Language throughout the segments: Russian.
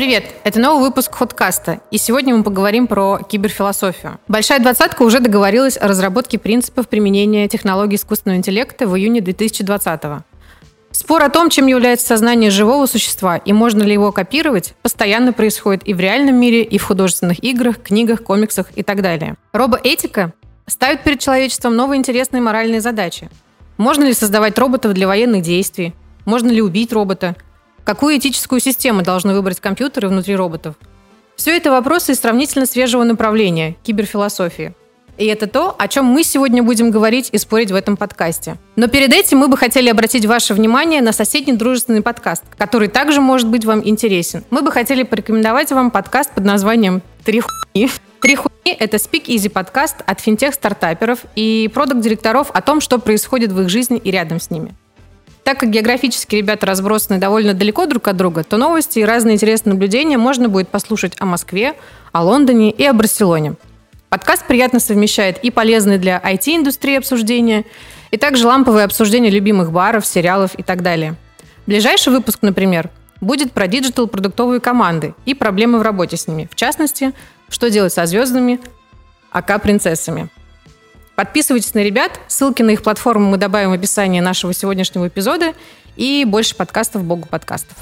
Привет! Это новый выпуск Ходкаста, и сегодня мы поговорим про киберфилософию. Большая двадцатка уже договорилась о разработке принципов применения технологий искусственного интеллекта в июне 2020-го. Спор о том, чем является сознание живого существа и можно ли его копировать, постоянно происходит и в реальном мире, и в художественных играх, книгах, комиксах и так далее. Робоэтика ставит перед человечеством новые интересные моральные задачи. Можно ли создавать роботов для военных действий? Можно ли убить робота? Какую этическую систему должны выбрать компьютеры внутри роботов? Все это вопросы из сравнительно свежего направления – киберфилософии. И это то, о чем мы сегодня будем говорить и спорить в этом подкасте. Но перед этим мы бы хотели обратить ваше внимание на соседний дружественный подкаст, который также может быть вам интересен. Мы бы хотели порекомендовать вам подкаст под названием «Три хуйни». «Три хуйни» — это speak-easy подкаст от финтех-стартаперов и продакт-директоров о том, что происходит в их жизни и рядом с ними. Так как географически ребята разбросаны довольно далеко друг от друга, то новости и разные интересные наблюдения можно будет послушать о Москве, о Лондоне и о Барселоне. Подкаст приятно совмещает и полезные для IT-индустрии обсуждения, и также ламповые обсуждения любимых баров, сериалов и так далее. Ближайший выпуск, например, будет про диджитал-продуктовые команды и проблемы в работе с ними. В частности, что делать со звездами, АК-принцессами. Подписывайтесь на ребят, ссылки на их платформу мы добавим в описании нашего сегодняшнего эпизода, и больше подкастов Богу подкастов.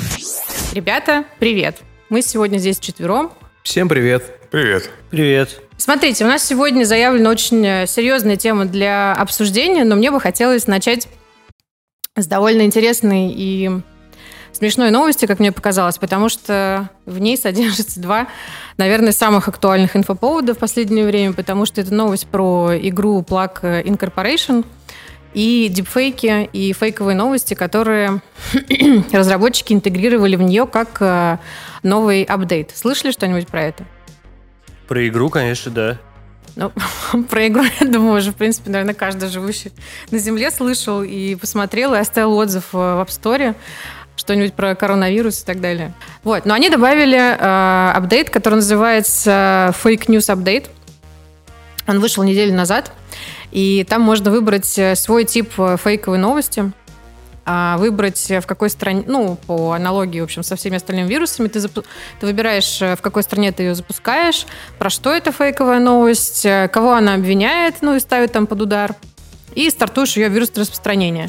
Ребята, привет! Мы сегодня здесь вчетвером. Всем привет! Привет! Привет! Смотрите, у нас сегодня заявлена очень серьезная тема для обсуждения, но мне бы хотелось начать с довольно интересной и смешной новости, как мне показалось, потому что в ней содержится два, наверное, самых актуальных инфоповода в последнее время, потому что это новость про игру Plague Incorporation и дипфейки, и фейковые новости, которые разработчики интегрировали в нее как новый апдейт. Слышали что-нибудь про это? Про игру, конечно, да. Ну, про игру, я думаю, уже, в принципе, наверное, каждый живущий на Земле слышал и посмотрел, и оставил отзыв в App Store, что-нибудь про коронавирус и так далее. Вот. Но они добавили апдейт, который называется Fake News Update. Он вышел неделю назад, и там можно выбрать свой тип фейковой новости, выбрать в какой стране, ну, по аналогии, в общем, со всеми остальными вирусами, ты выбираешь, в какой стране ты ее запускаешь, про что эта фейковая новость, кого она обвиняет, ну, и ставит там под удар, и стартуешь ее вирусное распространение.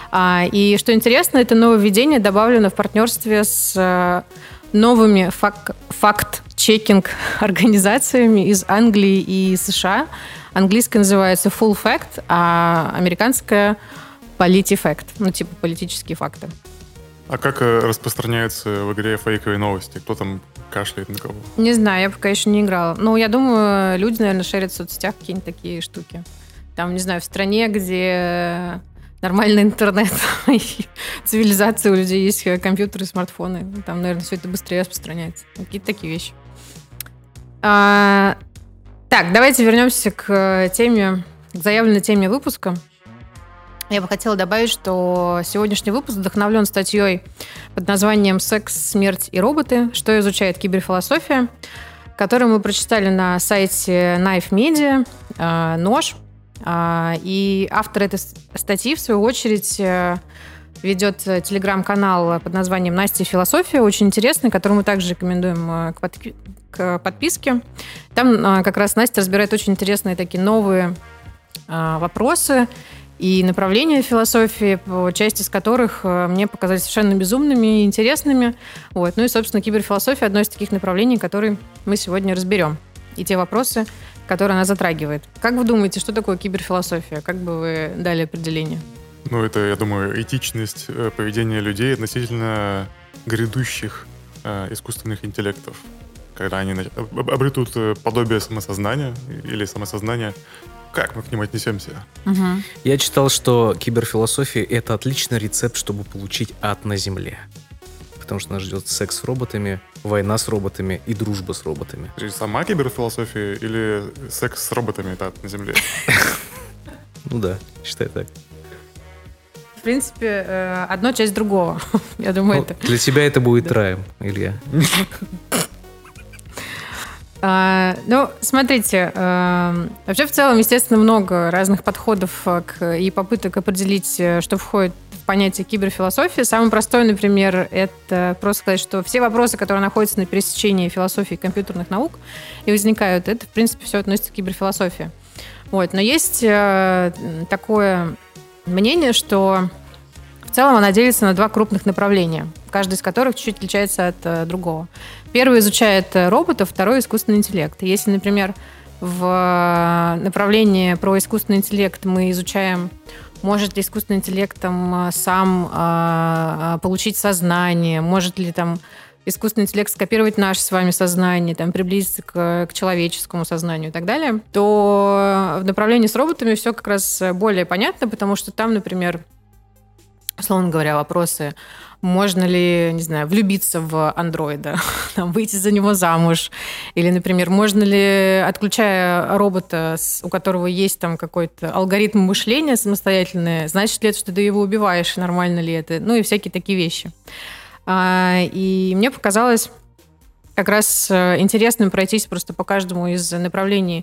И что интересно, это нововведение добавлено в партнерстве с новыми факт-чекинг организациями из Англии и США. Английская называется Full Fact, а американская PolitiFact, ну типа политические факты. А как распространяются в игре фейковые новости? Кто там кашляет на кого? Не знаю, я пока еще не играла. Ну, я думаю, люди, наверное, шерят в соцсетях какие-нибудь такие штуки. Там, не знаю, в стране, где нормальный интернет и цивилизация, у людей есть компьютеры, смартфоны. Там, наверное, все это быстрее распространяется. Какие-то такие вещи. Так, давайте вернемся к заявленной теме выпуска. Я бы хотела добавить, что сегодняшний выпуск вдохновлен статьей под названием «Секс, смерть и роботы. Что изучает киберфилософия», которую мы прочитали на сайте Knife Media, «Нож». И автор этой статьи, в свою очередь, ведет телеграм-канал под названием «Настя Философия», очень интересный, который мы также рекомендуем к подписке. Там как раз Настя разбирает очень интересные такие новые вопросы и направления философии, по части из которых мне показались совершенно безумными и интересными. Вот. Ну и, собственно, киберфилософия – одно из таких направлений, которые мы сегодня разберем. И те вопросы, которые она затрагивает. Как вы думаете, что такое киберфилософия? Как бы вы дали определение? Ну, это, я думаю, этичность поведения людей относительно грядущих искусственных интеллектов. Когда они обретут подобие самосознания или самосознания, как мы к ним отнесемся? Угу. Я читал, что киберфилософия — это отличный рецепт, чтобы получить ад на Земле. Потому что нас ждет секс с роботами, война с роботами и дружба с роботами. Сама киберфилософия или секс с роботами — это ад на Земле? Ну да, считай так. В принципе, одно часть другого. Я думаю, это... Для тебя это будет раем, Илья. Ну, смотрите, вообще в целом, естественно, много разных подходов и попыток определить, что входит в понятие киберфилософии. Самый простой, например, это просто сказать, что все вопросы, которые находятся на пересечении философии и компьютерных наук и возникают, это, в принципе, все относится к киберфилософии. Вот. Но есть такое мнение, что в целом она делится на два крупных направления, каждый из которых чуть-чуть отличается от другого. Первый изучает роботов, второй — искусственный интеллект. Если, например, в направлении про искусственный интеллект мы изучаем, может ли искусственный интеллект сам получить сознание, может ли искусственный интеллект скопировать наше с вами сознание, приблизиться к человеческому сознанию и так далее, то в направлении с роботами все как раз более понятно, потому что там, например, условно говоря, вопросы: можно ли, не знаю, влюбиться в андроида, выйти за него замуж, или, например, можно ли, отключая робота, у которого есть какой-то алгоритм мышления самостоятельный, значит ли это, что ты его убиваешь, нормально ли это, и всякие такие вещи. И мне показалось как раз интересным пройтись просто по каждому из направлений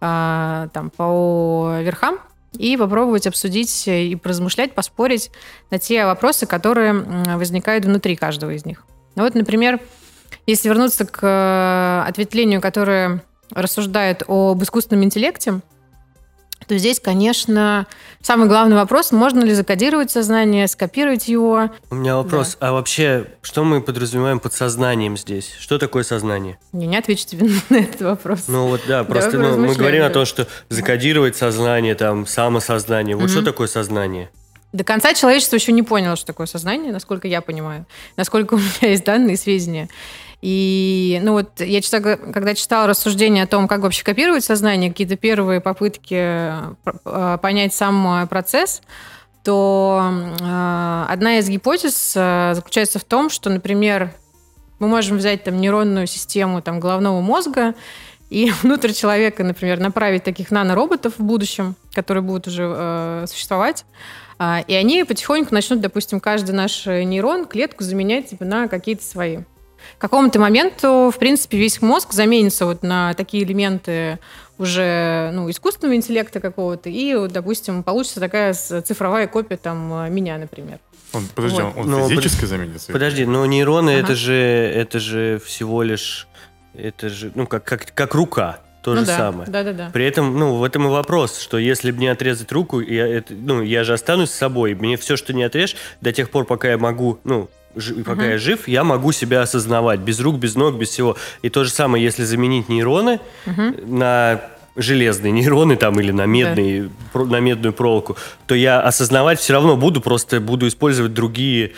по верхам и попробовать обсудить и поразмышлять, поспорить на те вопросы, которые возникают внутри каждого из них. Вот, например, если вернуться к ответвлению, которое рассуждает об искусственном интеллекте, то здесь, конечно, самый главный вопрос: можно ли закодировать сознание, скопировать его. У меня вопрос: а вообще, что мы подразумеваем под сознанием здесь? Что такое сознание? Я не отвечу тебе на этот вопрос. Просто мы говорим о том, что закодировать сознание, самосознание. Вот что такое сознание? До конца человечество еще не поняло, что такое сознание, насколько я понимаю, насколько у меня есть данные и сведения. И я когда читала рассуждения о том, как вообще копировать сознание, какие-то первые попытки понять сам процесс, то одна из гипотез заключается в том, что, например, мы можем взять нейронную систему головного мозга и внутрь человека, например, направить таких нанороботов в будущем, которые будут уже существовать, и они потихоньку начнут, допустим, каждый наш нейрон, клетку заменять на какие-то свои. К какому-то моменту, в принципе, весь мозг заменится на такие элементы уже искусственного интеллекта какого-то, и, допустим, получится такая цифровая копия меня, например. Он физически заменится? Подожди, но нейроны это же всего лишь, это же как рука. То же самое. Да. При этом, в этом и вопрос, что если мне отрезать руку, я же останусь с собой. Мне все, что не отрежь, до тех пор, пока я могу, пока я жив, я могу себя осознавать. Без рук, без ног, без всего. И то же самое, если заменить нейроны на железные нейроны или на медные, на медную проволоку, то я осознавать все равно буду, просто буду использовать другую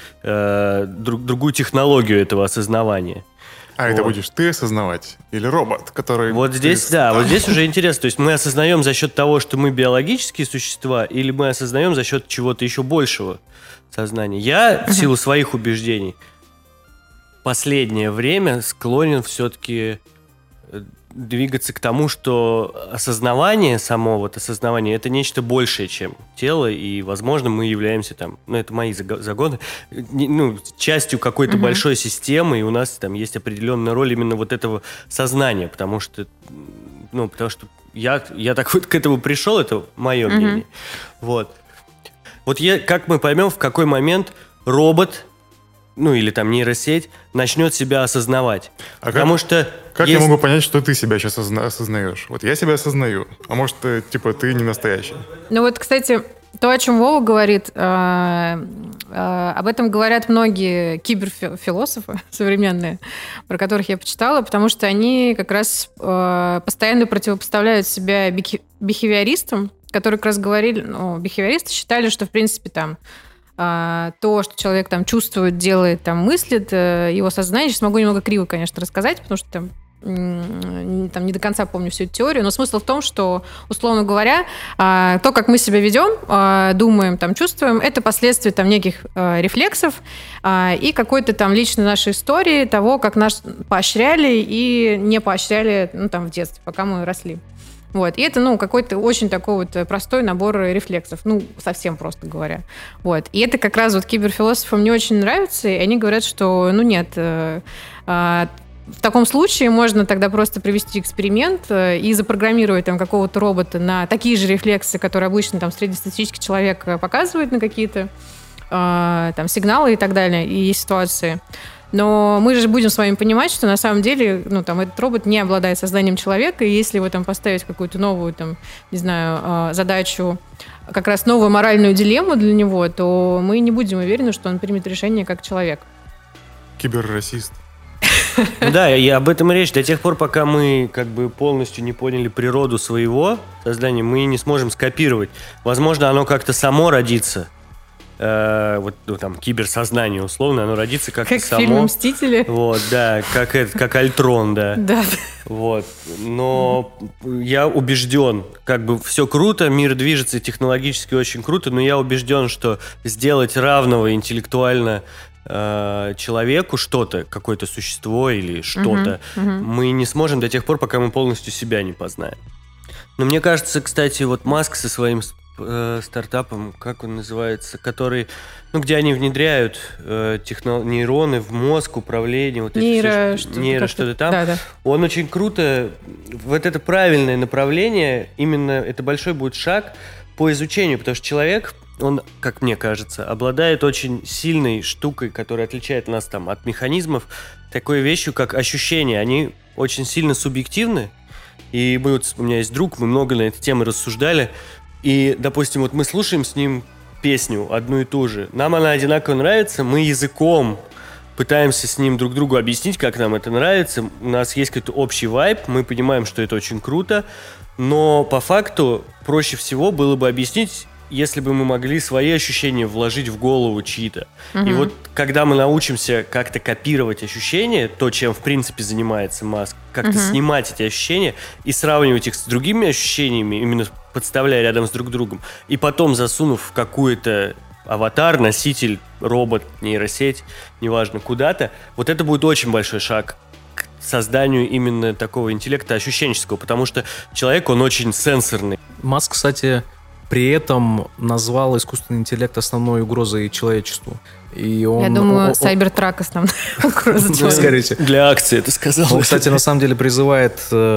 технологию этого осознавания. Это будешь ты осознавать? Или робот, который... Вот здесь уже интересно. То есть мы осознаем за счет того, что мы биологические существа, или мы осознаем за счет чего-то еще большего сознания? Я, в силу своих убеждений, последнее время склонен все-таки двигаться к тому, что осознавание, это нечто большее, чем тело, и, возможно, мы являемся это мои загоны, частью какой-то большой системы, и у нас есть определенная роль именно этого сознания, потому что я так к этому пришел, это мое мнение. Как мы поймем, в какой момент робот, или нейросеть начнет себя осознавать. Потому что я могу понять, что ты себя сейчас осознаешь? Я себя осознаю. А может, ты не настоящий? Кстати, то, о чем Вова говорит, об этом говорят многие киберфилософы современные, про которых я почитала, потому что они как раз постоянно противопоставляют себя бихевиористам, которые как раз говорили, бихевиористы считали, что, в принципе, то, что человек чувствует, делает, мыслит, его сознание. Сейчас могу немного криво, конечно, рассказать, потому что не до конца помню всю эту теорию, но смысл в том, что, условно говоря, то, как мы себя ведем, думаем, чувствуем, это последствия неких рефлексов и какой-то личной нашей истории, того, как нас поощряли и не поощряли в детстве, пока мы росли. И это, какой-то очень такой простой набор рефлексов. Совсем просто говоря. И это как раз киберфилософам не очень нравится, и они говорят, что, нет, в таком случае можно тогда просто провести эксперимент и запрограммировать какого-то робота на такие же рефлексы, которые обычно среднестатистический человек показывает на какие-то там сигналы и так далее, и ситуации. Но мы же будем с вами понимать, что на самом деле, ну, там, этот робот не обладает сознанием человека, и если его там поставить какую-то новую, там, не знаю, задачу, как раз новую моральную дилемму для него, то мы не будем уверены, что он примет решение как человек. Киберрасист. Да, и об этом и речь. До тех пор, пока мы как бы полностью не поняли природу своего создания, мы не сможем скопировать. Возможно, оно как-то само родится. Вот, ну, там, киберсознание, условно, оно родится как-то Как в само. фильме «Мстители». Вот, да, как Альтрон, да. Да. Вот. Но я убежден, как бы все круто, мир движется технологически очень круто, но я убежден, что сделать равного интеллектуально человеку что-то, какое-то существо или что-то, мы не сможем до тех пор, пока мы полностью себя не познаем. Но мне кажется, кстати, вот Маск со своим стартапом, как он называется, который, ну, где они внедряют нейроны в мозг, управление, вот Нейро, что-то там. Да. Он очень круто, вот это правильное направление, именно это большой будет шаг по изучению, потому что человек, он, как мне кажется, обладает очень сильной штукой, которая отличает нас там от механизмов, такой вещью, как ощущения. Они очень сильно субъективны, и у меня есть друг, мы много на этой теме рассуждали. И, допустим, вот мы слушаем с ним песню одну и ту же. Нам она одинаково нравится, мы языком пытаемся с ним друг другу объяснить, как нам это нравится. У нас есть какой-то общий вайб, мы понимаем, что это очень круто. Но по факту проще всего было бы объяснить, если бы мы могли свои ощущения вложить в голову чьи-то. И вот когда мы научимся как-то копировать ощущения, то, чем в принципе занимается Маск, как-то снимать эти ощущения и сравнивать их с другими ощущениями, именно подставляя рядом с друг другом, и потом засунув в какую-то аватар, носитель, робот, нейросеть, неважно, куда-то, вот это будет очень большой шаг к созданию именно такого интеллекта ощущенческого, потому что человек, он очень сенсорный. Маск, кстати, при этом назвал искусственный интеллект основной угрозой человечеству. И он, Я думаю, Cybertruck основная угроза человека. Скажите. Для акции это сказал. Он, кстати, на самом деле призывает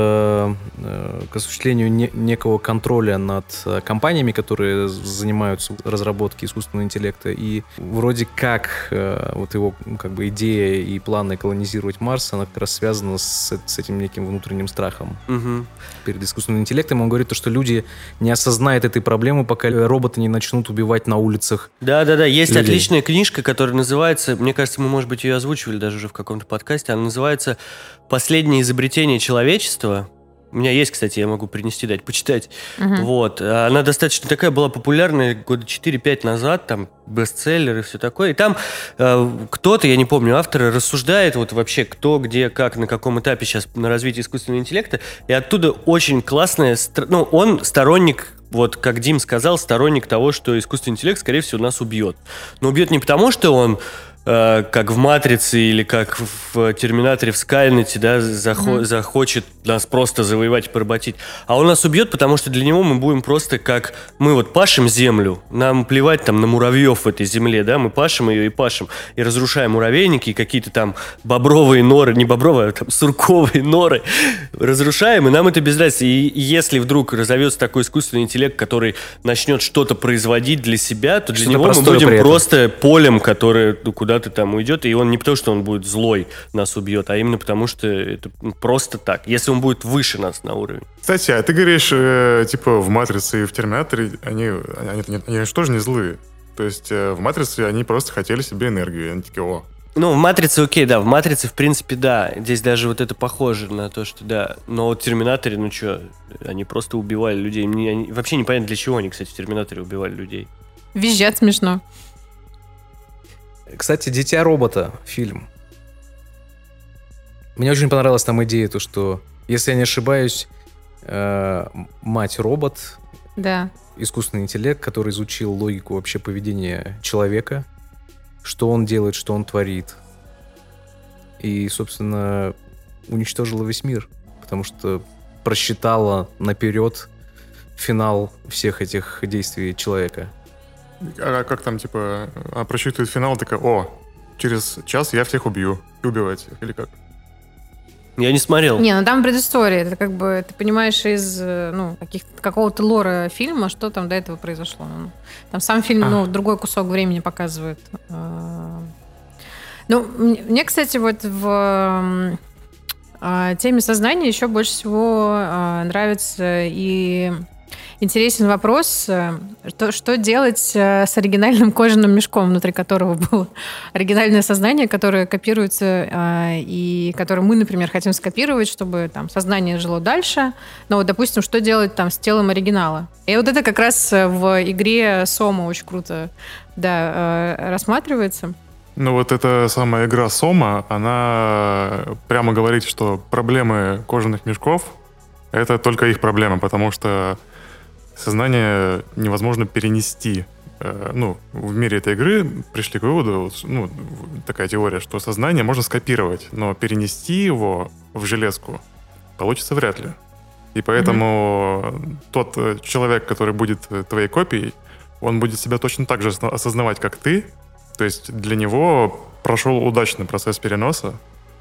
к осуществлению некого контроля над компаниями, которые занимаются разработкой искусственного интеллекта. И вроде как вот его как бы идея и планы колонизировать Марс, она как раз связана с этим неким внутренним страхом перед искусственным интеллектом. Он говорит, что люди не осознают этой проблемы, пока роботы не начнут убивать на улицах. Да, есть людей. отличная книжка, которая называется, мне кажется, мы, может быть, ее озвучивали даже уже в каком-то подкасте, она называется «Последнее изобретение человечества». У меня есть, кстати, я могу принести, дать почитать. Вот. Она достаточно такая была популярная года 4-5 назад, там бестселлер и все такое. И там кто-то, я не помню, автор рассуждает вот вообще кто, где, как, на каком этапе сейчас на развитии искусственного интеллекта. И оттуда очень классная... Ну, он сторонник, вот как Дим сказал, сторонник того, что искусственный интеллект, скорее всего, нас убьет. Но убьет не потому, что он как в «Матрице» или как в «Терминаторе», в «Скайнете», да, захочет нас просто завоевать и поработить. А он нас убьет, потому что для него мы будем просто как... Мы вот пашем землю, нам плевать там на муравьев в этой земле, да, мы пашем ее и пашем, и разрушаем муравейники, и какие-то там бобровые норы, не бобровые, а там сурковые норы разрушаем, и нам это без разницы. И если вдруг разовьется такой искусственный интеллект, который начнет что-то производить для себя, то для него мы будем просто полем, которое куда-то там уйдет, и он не потому, что он будет злой, нас убьет, а именно потому, что это просто так. Если он будет выше нас на уровень. Кстати, а ты говоришь, типа в «Матрице» и в «Терминаторе» они же тоже не злые. То есть в «Матрице» они просто хотели себе энергию, и они такие, о. Ну, в «Матрице» окей, да, в «Матрице», в принципе, да. Здесь даже вот это похоже на то, что да. Но вот в «Терминаторе», ну что, они просто убивали людей. Вообще непонятно, для чего они, кстати, в «Терминаторе» убивали людей. Визжат смешно. Кстати, «Дитя робота» фильм. Мне очень понравилась там идея, то, что, если я не ошибаюсь, мать-робот, Да. искусственный интеллект, который изучил логику вообще поведения человека, что он делает, что он творит. И, собственно, уничтожила весь мир, потому что просчитала наперед финал всех этих действий человека. А как там, типа, просчитывает финал, такая, о, через час я всех убью. И убивать их, или как? Я не смотрел. Не, ну там предыстория. Это как бы, ты понимаешь из какого-то лора фильма, что там до этого произошло. Там сам фильм, другой кусок времени показывает. Ну, мне, кстати, вот в теме сознания еще больше всего нравится и интересен вопрос, что делать с оригинальным кожаным мешком, внутри которого было оригинальное сознание, которое копируется, и которое мы, например, хотим скопировать, чтобы там сознание жило дальше. Но вот, допустим, что делать там с телом оригинала? И вот это как раз в игре Сома очень круто рассматривается. Ну вот эта самая игра Сома, она прямо говорит, что проблемы кожаных мешков — это только их проблема, потому что сознание невозможно перенести. Ну, в мире этой игры пришли к выводу, ну, такая теория, что сознание можно скопировать, но перенести его в железку получится вряд ли. И поэтому тот человек, который будет твоей копией, он будет себя точно так же осознавать, как ты. То есть для него прошел удачный процесс переноса,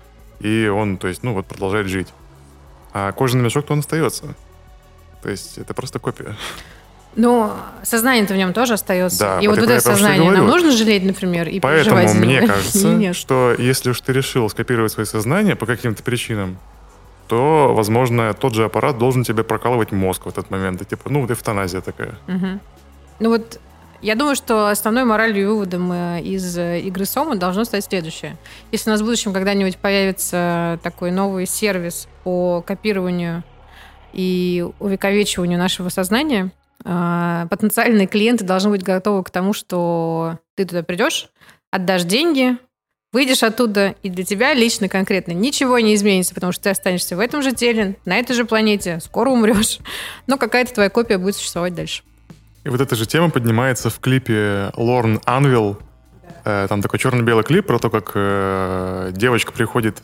и он, то есть, ну, вот продолжает жить. А кожаный мешок-то он остается. То есть это просто копия. Ну, сознание-то в нем тоже остается. Да, и вот это сознание нам нужно жалеть, например, и переживать за Поэтому него? мне кажется, что если уж ты решил скопировать свое сознание по каким-то причинам, то, возможно, тот же аппарат должен тебе прокалывать мозг в этот момент. И, типа, ну, вот эвтаназия такая. Угу. Ну вот, я думаю, что основной моралью и выводом из игры Сома должно стать следующее. Если у нас в будущем когда-нибудь появится такой новый сервис по копированию и увековечиванию нашего сознания, потенциальные клиенты должны быть готовы к тому, что ты туда придешь, отдашь деньги, выйдешь оттуда, и для тебя лично, конкретно ничего не изменится, потому что ты останешься в этом же теле, на этой же планете, скоро умрешь, но какая-то твоя копия будет существовать дальше. И вот эта же тема поднимается в клипе Лорн Анвилл. Там такой черно-белый клип про то, как девочка приходит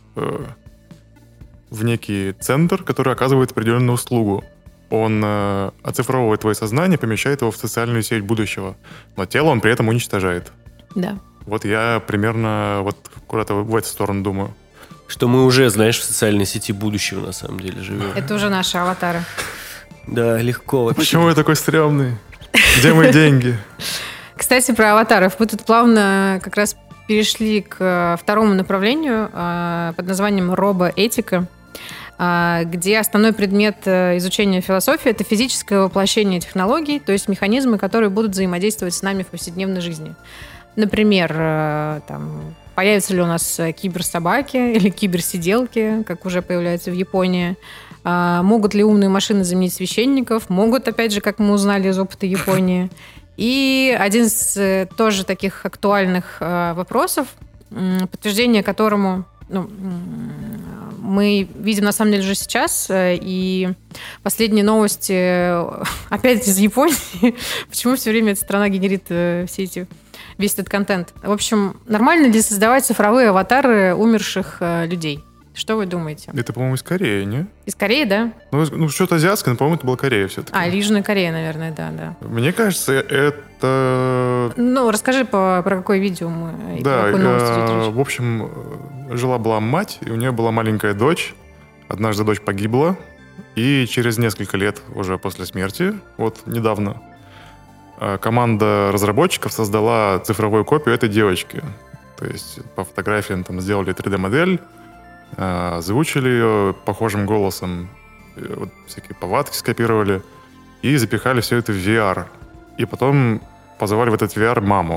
в некий центр, который оказывает определенную услугу. Он оцифровывает твое сознание, помещает его в социальную сеть будущего, но тело он при этом уничтожает. Да. Вот я примерно вот куда-то в эту сторону думаю. Что мы уже, знаешь, в социальной сети будущего на самом деле живем. Это уже наши аватары. Да, легко вообще. Почему я такой стрёмный? Где мои деньги? Кстати, про аватаров. Мы тут плавно как раз перешли к второму направлению под названием робоэтика, где основной предмет изучения философии — это физическое воплощение технологий, то есть механизмы, которые будут взаимодействовать с нами в повседневной жизни. Например, там, появятся ли у нас киберсобаки или киберсиделки, как уже появляются в Японии. Могут ли умные машины заменить священников? Могут, опять же, как мы узнали из опыта Японии. И один из тоже таких актуальных вопросов, подтверждение которому мы видим на самом деле уже сейчас. И последние новости опять из Японии. Почему все время эта страна генерит весь этот контент? В общем, нормально ли создавать цифровые аватары умерших людей? Что вы думаете? Это, по-моему, из Кореи, не? Из Кореи, да? Ну что-то азиатское, но, по-моему, это была Корея все-таки. Южная Корея, наверное, да. Мне кажется, это... Ну, расскажи, про какое видео мы... Да, про какую новость идет речь. в общем, жила-была мать, и у нее была маленькая дочь. Однажды дочь погибла, и через несколько лет уже после смерти, вот недавно, команда разработчиков создала цифровую копию этой девочки. То есть по фотографиям там сделали 3D-модель, озвучили ее похожим голосом, вот всякие повадки скопировали и запихали все это в VR. И потом позвали в этот VR маму.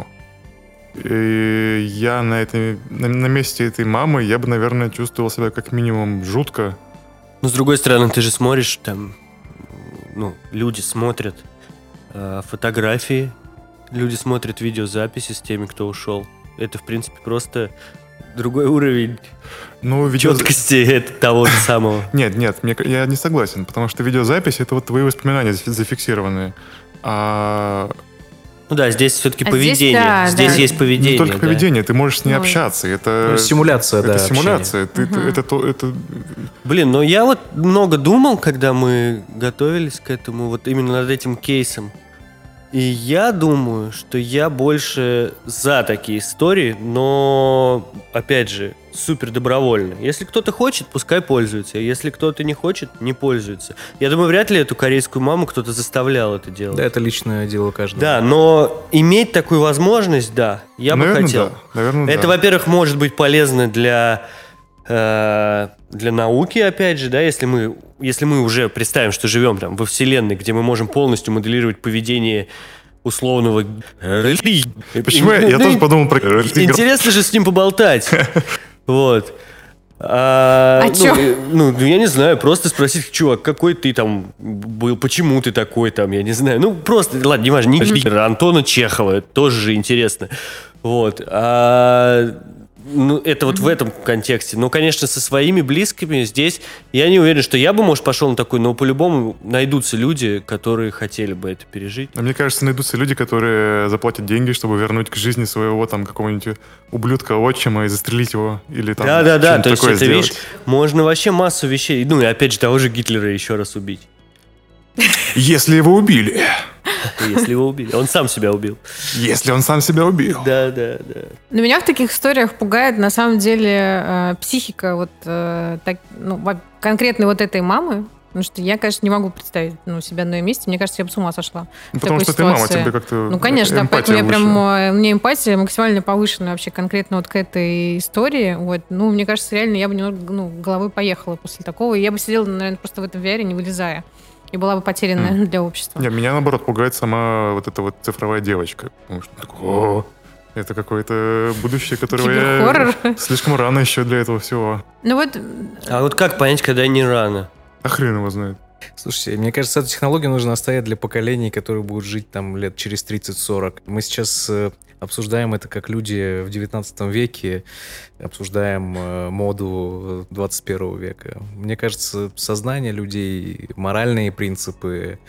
И я на месте этой мамы, я бы, наверное, чувствовал себя как минимум жутко. Но с другой стороны, ты же смотришь, там, люди смотрят фотографии, люди смотрят видеозаписи с теми, кто ушел. Это, в принципе, просто другой уровень четкости того же самого. Нет, я не согласен, потому что видеозапись — это вот твои воспоминания зафиксированные. Ну да, здесь все-таки поведение. Здесь есть поведение. Не только поведение, ты можешь с ней общаться. Это симуляция, да. Это симуляция. Это... Блин, но я вот много думал, когда мы готовились к этому, вот именно над этим кейсом. И я думаю, что я больше за такие истории, но, опять же, супер добровольно. Если кто-то хочет, пускай пользуется. Если кто-то не хочет, не пользуется. Я думаю, вряд ли эту корейскую маму кто-то заставлял это делать. Да, это личное дело каждого. Да, но иметь такую возможность, да, я бы хотел. Да. Наверное, Это, да. во-первых, может быть полезно для науки, опять же, да, если мы уже представим, что живем там во вселенной, где мы можем полностью моделировать поведение условного... Почему я тоже подумал про... Интересно же с ним поболтать. Вот. чё? Я не знаю, просто спросить, чувак, какой ты там был, почему ты такой там, я не знаю. Ну, просто, ладно, не важно, не Антона Чехова, это тоже же интересно. Вот. Это вот в этом контексте. Но, конечно, со своими близкими здесь я не уверен, что я бы, может, пошел на такой, но по-любому найдутся люди, которые хотели бы это пережить. А мне кажется, найдутся люди, которые заплатят деньги, чтобы вернуть к жизни своего там какого-нибудь ублюдка отчима и застрелить его. Или там Да, что-нибудь то есть такое это, сделать. видишь, можно вообще массу вещей. Ну, и опять же, того же Гитлера еще раз убить. Если его убили. Если его убили. Он сам себя убил. Если он сам себя убил. Да. Но меня в таких историях пугает, на самом деле, психика конкретно вот этой мамы. Потому что я, конечно, не могу представить себя на ее месте. Мне кажется, я бы с ума сошла. Ну, потому что ты мама, тебе как-то Ну, конечно, да, поэтому эмпатия у меня эмпатия максимально повышена вообще конкретно вот к этой истории. Вот. Ну, мне кажется, реально я бы немного головой поехала после такого. И я бы сидела, наверное, просто в этом VR, не вылезая. И была бы потеряна, наверное, для общества. Нет, меня, наоборот, пугает сама вот эта вот цифровая девочка. Потому что это какое-то будущее, которого Киберхоррор. я слишком рано еще для этого всего. Ну вот, А вот как понять, когда не рано? А хрен его знает. Слушайте, мне кажется, эту технологию нужно оставить для поколений, которые будут жить там лет через 30-40. Мы сейчас обсуждаем это как люди в 19 веке, обсуждаем моду 21 века. Мне кажется, сознание людей, моральные принципы,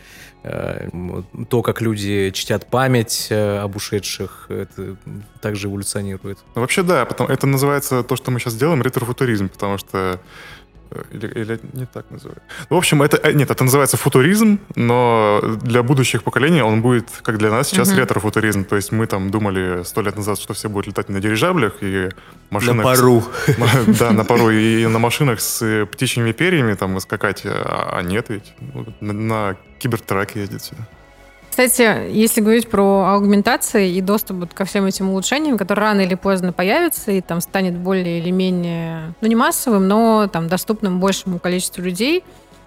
то, как люди чтят память об ушедших, это также эволюционирует. Ну, вообще, да, это называется то, что мы сейчас делаем, ретрофутуризм, потому что или не так называют. В общем, это называется футуризм, но для будущих поколений он будет, как для нас сейчас, ретрофутуризм. То есть мы там думали 100 лет назад, что все будут летать на дирижаблях и машинах... На пару. Да, на пару и на машинах с птичьими перьями там скакать, а нет ведь. На кибертраке ездить сюда. кстати, если говорить про аугментации и доступ ко всем этим улучшениям, которые рано или поздно появятся и там станет более или менее, не массовым, но там доступным большему количеству людей,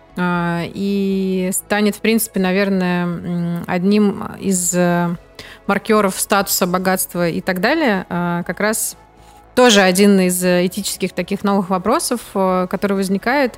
и станет, в принципе, наверное, одним из маркеров статуса, богатства и так далее, как раз тоже один из этических таких новых вопросов, который возникает.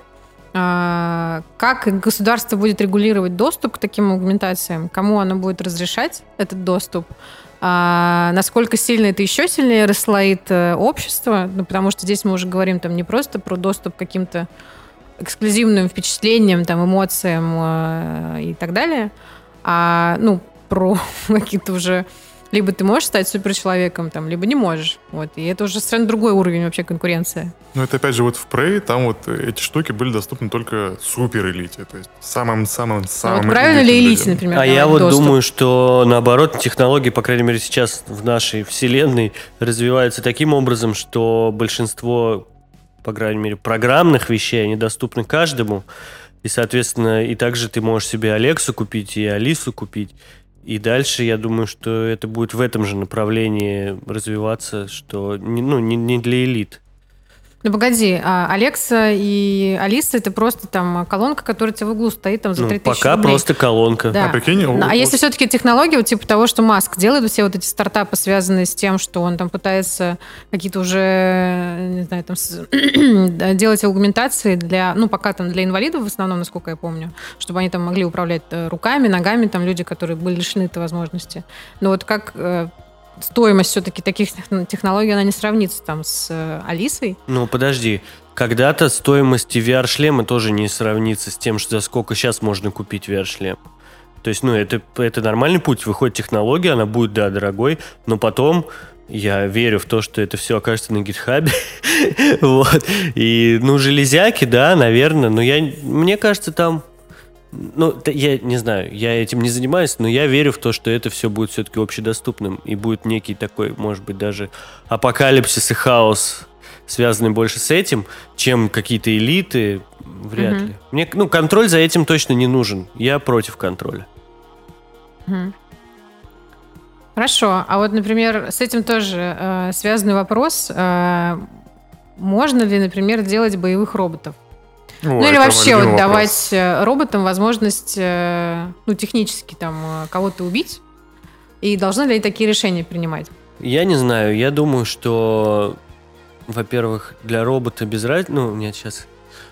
Как государство будет регулировать доступ к таким аугментациям, кому оно будет разрешать этот доступ, насколько сильно это еще сильнее расслоит общество, потому что здесь мы уже говорим там не просто про доступ к каким-то эксклюзивным впечатлениям, там, эмоциям и так далее, а про какие-то уже... Либо ты можешь стать суперчеловеком, там, либо не можешь. Вот. И это уже совершенно другой уровень вообще конкуренции. Ну, это опять же вот в Prey, там вот эти штуки были доступны только супер-элите. То есть самым-самым вот правильно ли элите, например, А я вот доступ? думаю, что наоборот, технологии, по крайней мере, сейчас в нашей вселенной развиваются таким образом, что большинство, по крайней мере, программных вещей, они доступны каждому. И, соответственно, и также ты можешь себе Алексу купить и Алису купить. И дальше, я думаю, что это будет в этом же направлении развиваться, что не для элит. Ну, погоди, Алекса и Алиса — это просто там колонка, которая у тебя в углу стоит там за 3000 пока рублей. просто колонка. Да. А прикинь, А если все-таки технологии, вот типа того, что Маск делает, все вот эти стартапы, связанные с тем, что он там пытается какие-то уже, не знаю, там делать аугментации для, пока там для инвалидов в основном, насколько я помню, чтобы они там могли управлять руками, ногами, там люди, которые были лишены этой возможности. Но вот как стоимость все-таки таких технологий, она не сравнится там с Алисой. Ну, подожди. Когда-то стоимость VR-шлема тоже не сравнится с тем, за сколько сейчас можно купить VR-шлем. То есть, это нормальный путь. Выходит технология, она будет, да, дорогой, но потом я верю в то, что это все окажется на гитхабе. Вот. И, железяки, да, наверное, но мне кажется, там... я не знаю, я этим не занимаюсь, но я верю в то, что это все будет все-таки общедоступным и будет некий такой, может быть, даже апокалипсис и хаос связаны больше с этим, чем какие-то элиты. Вряд ли. Мне, контроль за этим точно не нужен. Я против контроля. Хорошо. А вот, например, с этим тоже связанный вопрос. Можно ли, например, делать боевых роботов? Или вообще вот давать роботам возможность технически там кого-то убить? И должны ли они такие решения принимать? Я не знаю. Я думаю, что, во-первых, для робота без разницы... нет, сейчас...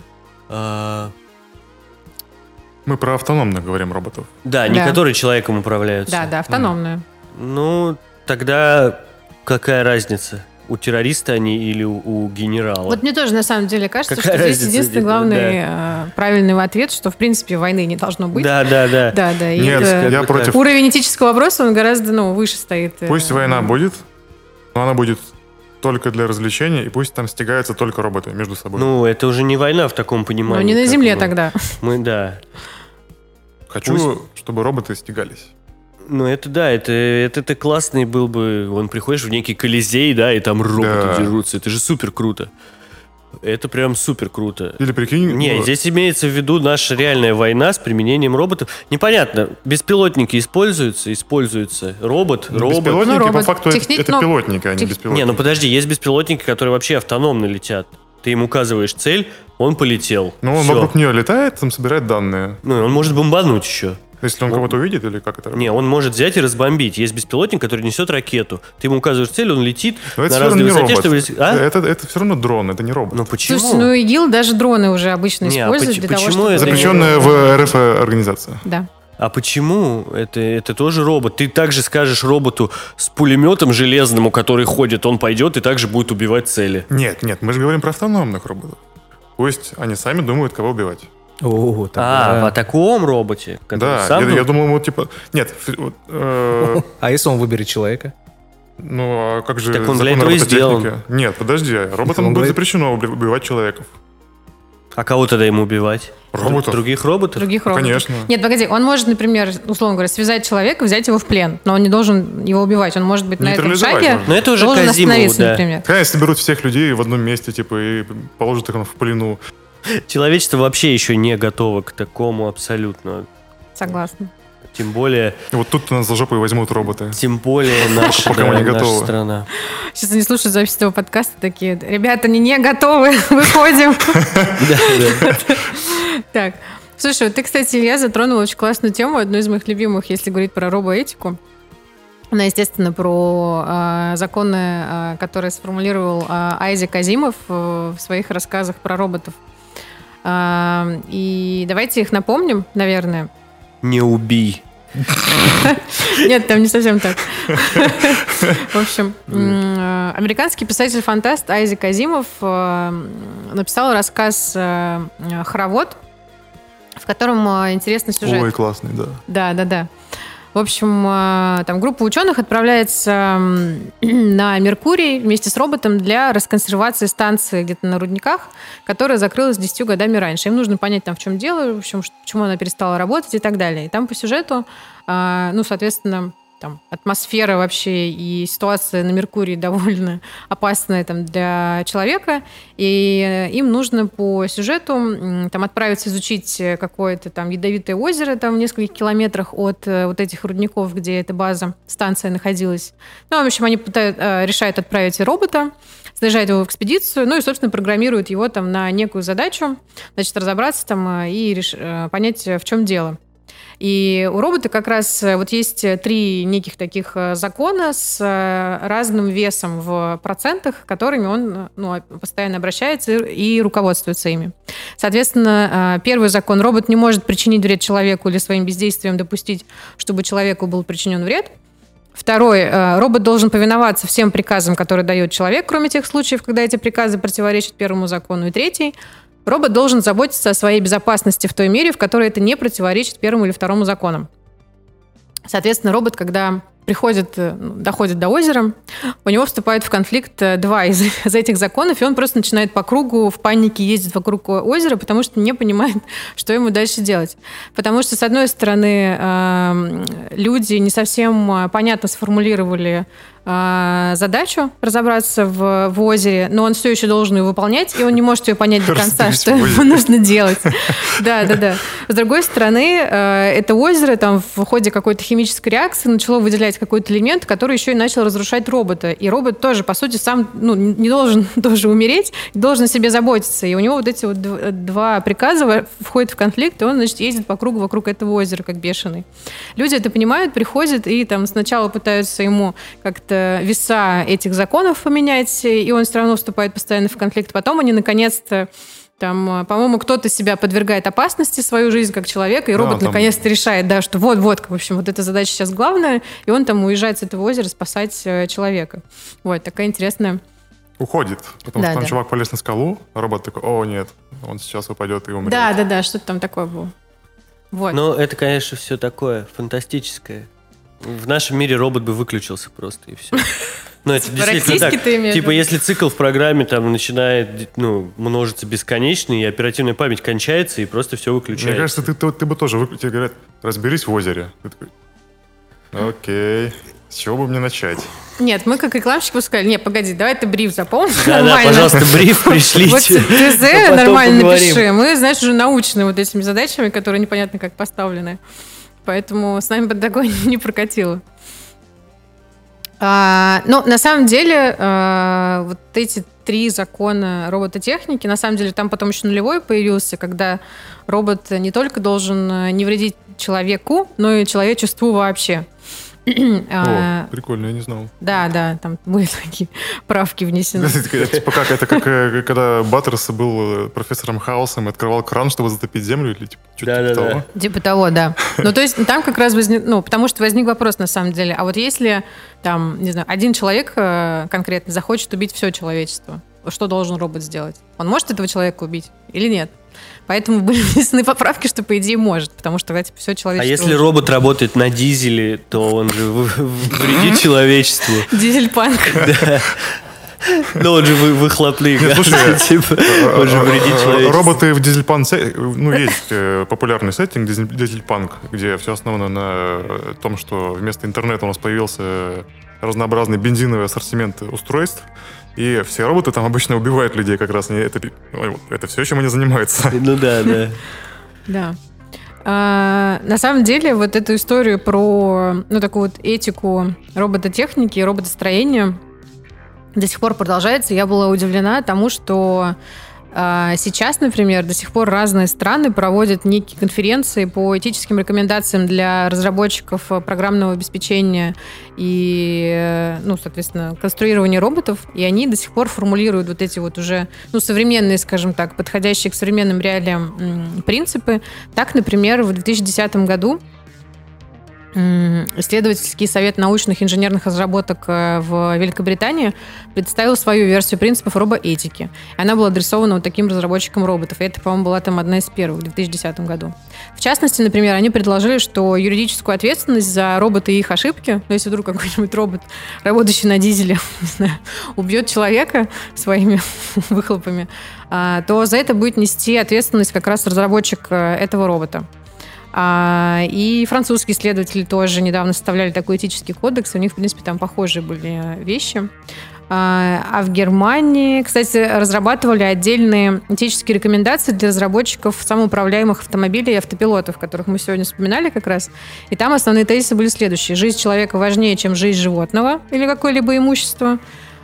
Мы про автономных говорим роботов. Да, не которые человеком управляются. Да, автономную. Тогда какая разница? У террориста они или у генерала? Вот мне тоже на самом деле кажется, Какая что здесь разница, единственный главный правильный ответ, что в принципе войны не должно быть. Да. И Нет, я против. Уровень этического вопроса, он гораздо выше стоит. Пусть война будет, но она будет только для развлечения, и пусть там стягаются только роботы между собой. Это уже не война в таком понимании. Но не на Земле тогда. Хочу, чтобы роботы стягались. Это классный был бы. Вон приходишь в некий колизей, да, и там роботы дерутся. Это же супер круто. Это прям супер круто. Или прикинь... Не, здесь имеется в виду наша реальная война с применением роботов. Непонятно, беспилотники используются. Робот. Беспилотники, по факту, это пилотники, а не беспилотники. Подожди, есть беспилотники, которые вообще автономно летят. Ты им указываешь цель, он полетел. Он вокруг нее летает, там собирает данные. Он может бомбануть еще. Если он кого-то увидит, или как это работает? Не, он может взять и разбомбить. Есть беспилотник, который несет ракету. Ты ему указываешь цель, он летит на разной высоте, чтобы... Это все равно дрон, это не робот. Почему? Слушайте, ИГИЛ даже дроны уже обычно используют для того, чтобы... Запрещенная в РФ организация. Да. А почему? Это тоже робот. Ты также скажешь роботу с пулеметом железным, который ходит, он пойдет и также будет убивать цели. Нет, мы же говорим про автономных роботов. Пусть они сами думают, кого убивать. О таком роботе? Да, я думал, Нет. А если он выберет человека? А как же так он для этого и сделан. Нет, подожди, роботам будет запрещено убивать человеков. А кого тогда ему убивать? Роботов. Других роботов? Конечно. Нет, погоди, он может, например, условно говоря, связать человека, взять его в плен, но он не должен его убивать, он может быть на этом шаге, но это уже должен Казимову, остановиться, например. Конечно, берут всех людей в одном месте, и положат их в плену. Человечество вообще еще не готово к такому абсолютно. Согласна. Тем более... Вот тут нас за жопу и возьмут роботы. Тем более наша страна. Сейчас они слушают запись этого подкаста, такие: ребята, они не готовы, выходим. Так, слушай, вот ты, кстати, Илья, затронул очень классную тему, одну из моих любимых, если говорить про робоэтику. Она, естественно, про законы, которые сформулировал Айзек Азимов в своих рассказах про роботов. И давайте их напомним, наверное. Не убий. Нет, там не совсем так. В общем, американский писатель-фантаст Айзек Азимов написал рассказ «Хоровод», в котором интересный сюжет. Ой, классный, да. Да. В общем, там группа ученых отправляется на Меркурий вместе с роботом для расконсервации станции где-то на рудниках, которая закрылась 10 годами раньше. Им нужно понять, там, в чем дело, в общем, почему она перестала работать и так далее. И там по сюжету, соответственно, там атмосфера вообще и ситуация на Меркурии довольно опасная там для человека, и им нужно по сюжету там отправиться изучить какое-то там ядовитое озеро там в нескольких километрах от вот этих рудников, где эта база, станция находилась. В общем, они решают отправить робота, снаряжают его в экспедицию, и, собственно, программируют его там на некую задачу, значит, разобраться там и понять, в чем дело. И у робота как раз вот есть 3 неких таких закона с разным весом в процентах, которыми он постоянно обращается и руководствуется ими. Соответственно, первый закон: робот не может причинить вред человеку или своим бездействием допустить, чтобы человеку был причинен вред. Второй: робот должен повиноваться всем приказам, которые дает человек, кроме тех случаев, когда эти приказы противоречат первому закону. И третий: робот должен заботиться о своей безопасности в той мере, в которой это не противоречит первому или второму законам. Соответственно, робот, когда доходит до озера, у него вступает в конфликт 2 из этих законов, и он просто начинает по кругу в панике ездить вокруг озера, потому что не понимает, что ему дальше делать. Потому что, с одной стороны, люди не совсем понятно сформулировали задачу разобраться в озере, но он все еще должен ее выполнять, и он не может ее понять до конца, что ему нужно делать. Да. С другой стороны, это озеро там в ходе какой-то химической реакции начало выделять какой-то элемент, который еще и начал разрушать робота. И робот тоже, по сути, сам не должен тоже умереть, должен о себе заботиться. И у него вот эти вот два приказа входят в конфликт, и он, значит, ездит по кругу вокруг этого озера, как бешеный. Люди это понимают, приходят и там сначала пытаются ему как-то веса этих законов поменять, и он все равно вступает постоянно в конфликт. Потом они наконец-то там, по-моему, кто-то себя подвергает опасности, свою жизнь как человека, и робот там... наконец-то решает, да, что вот, в общем, вот эта задача сейчас главная, и он там уезжает с этого озера спасать человека. Вот, такая интересная... Уходит, потому что там чувак полез на скалу, робот такой, о, нет, он сейчас упадет и умрет. Да, что-то там такое было. Вот. Ну, это, конечно, все такое фантастическое. В нашем мире робот бы выключился просто, и все. Ну, это действительно так. Типа, если цикл в программе там начинает множиться бесконечно, и оперативная память кончается, и просто все выключается. Мне кажется, ты бы тоже тебе говорят, разберись в озере. Ты такой, окей, с чего бы мне начать? Нет, мы как рекламщики бы сказали, погоди, давай ты бриф запомни. Да, пожалуйста, бриф пришлите. Вот ТЗ нормально напиши. Мы, знаешь, уже научены вот этими задачами, которые непонятно как поставлены. Поэтому с нами бы такое не прокатило. Но на самом деле вот эти 3 закона робототехники, на самом деле там потом еще нулевой появился, когда робот не только должен не вредить человеку, но и человечеству вообще. О, прикольно, я не знал. Да, там были такие правки внесены. Типа как, это как когда Баттерс был профессором Хаусом и открывал кран, чтобы затопить землю, или что-то типа того? Типа того, да. Ну, то есть там как раз возник, потому что возник вопрос на самом деле, а вот если там, не знаю, один человек конкретно захочет убить все человечество, что должен робот сделать? Он может этого человека убить или нет? Поэтому были внесены поправки, что, по идее, может, потому что типа, все человечество... А если робот работает на дизеле, то он же вредит человечеству. Дизель-панк. Да. Ну, он же выхлопные газы, типа, он же вредит человечеству. Роботы в дизель-панк... есть популярный сеттинг дизель-панк, где все основано на том, что вместо интернета у нас появился разнообразный бензиновый ассортимент устройств, и все роботы там обычно убивают людей как раз. Это все, чем они занимаются. Ну да. Да. На самом деле, вот эту историю про такую вот этику робототехники и роботостроения до сих пор продолжается. Я была удивлена тому, что сейчас, например, до сих пор разные страны проводят некие конференции по этическим рекомендациям для разработчиков программного обеспечения и, соответственно, конструирования роботов, и они до сих пор формулируют вот эти вот уже, современные, скажем так, подходящие к современным реалиям принципы. Так, например, в 2010 году исследовательский совет научных инженерных разработок в Великобритании представил свою версию принципов робоэтики. Она была адресована вот таким разработчикам роботов. И это, по-моему, была там одна из первых в 2010 году. В частности, например, они предложили, что юридическую ответственность за роботы и их ошибки, если вдруг какой-нибудь робот, работающий на дизеле, не знаю, убьет человека своими выхлопами, то за это будет нести ответственность как раз разработчик этого робота. И французские исследователи тоже недавно составляли такой этический кодекс, у них, в принципе, там похожие были вещи. А в Германии, кстати, разрабатывали отдельные этические рекомендации для разработчиков самоуправляемых автомобилей и автопилотов, которых мы сегодня вспоминали как раз. И там основные тезисы были следующие. Жизнь человека важнее, чем жизнь животного или какое-либо имущество.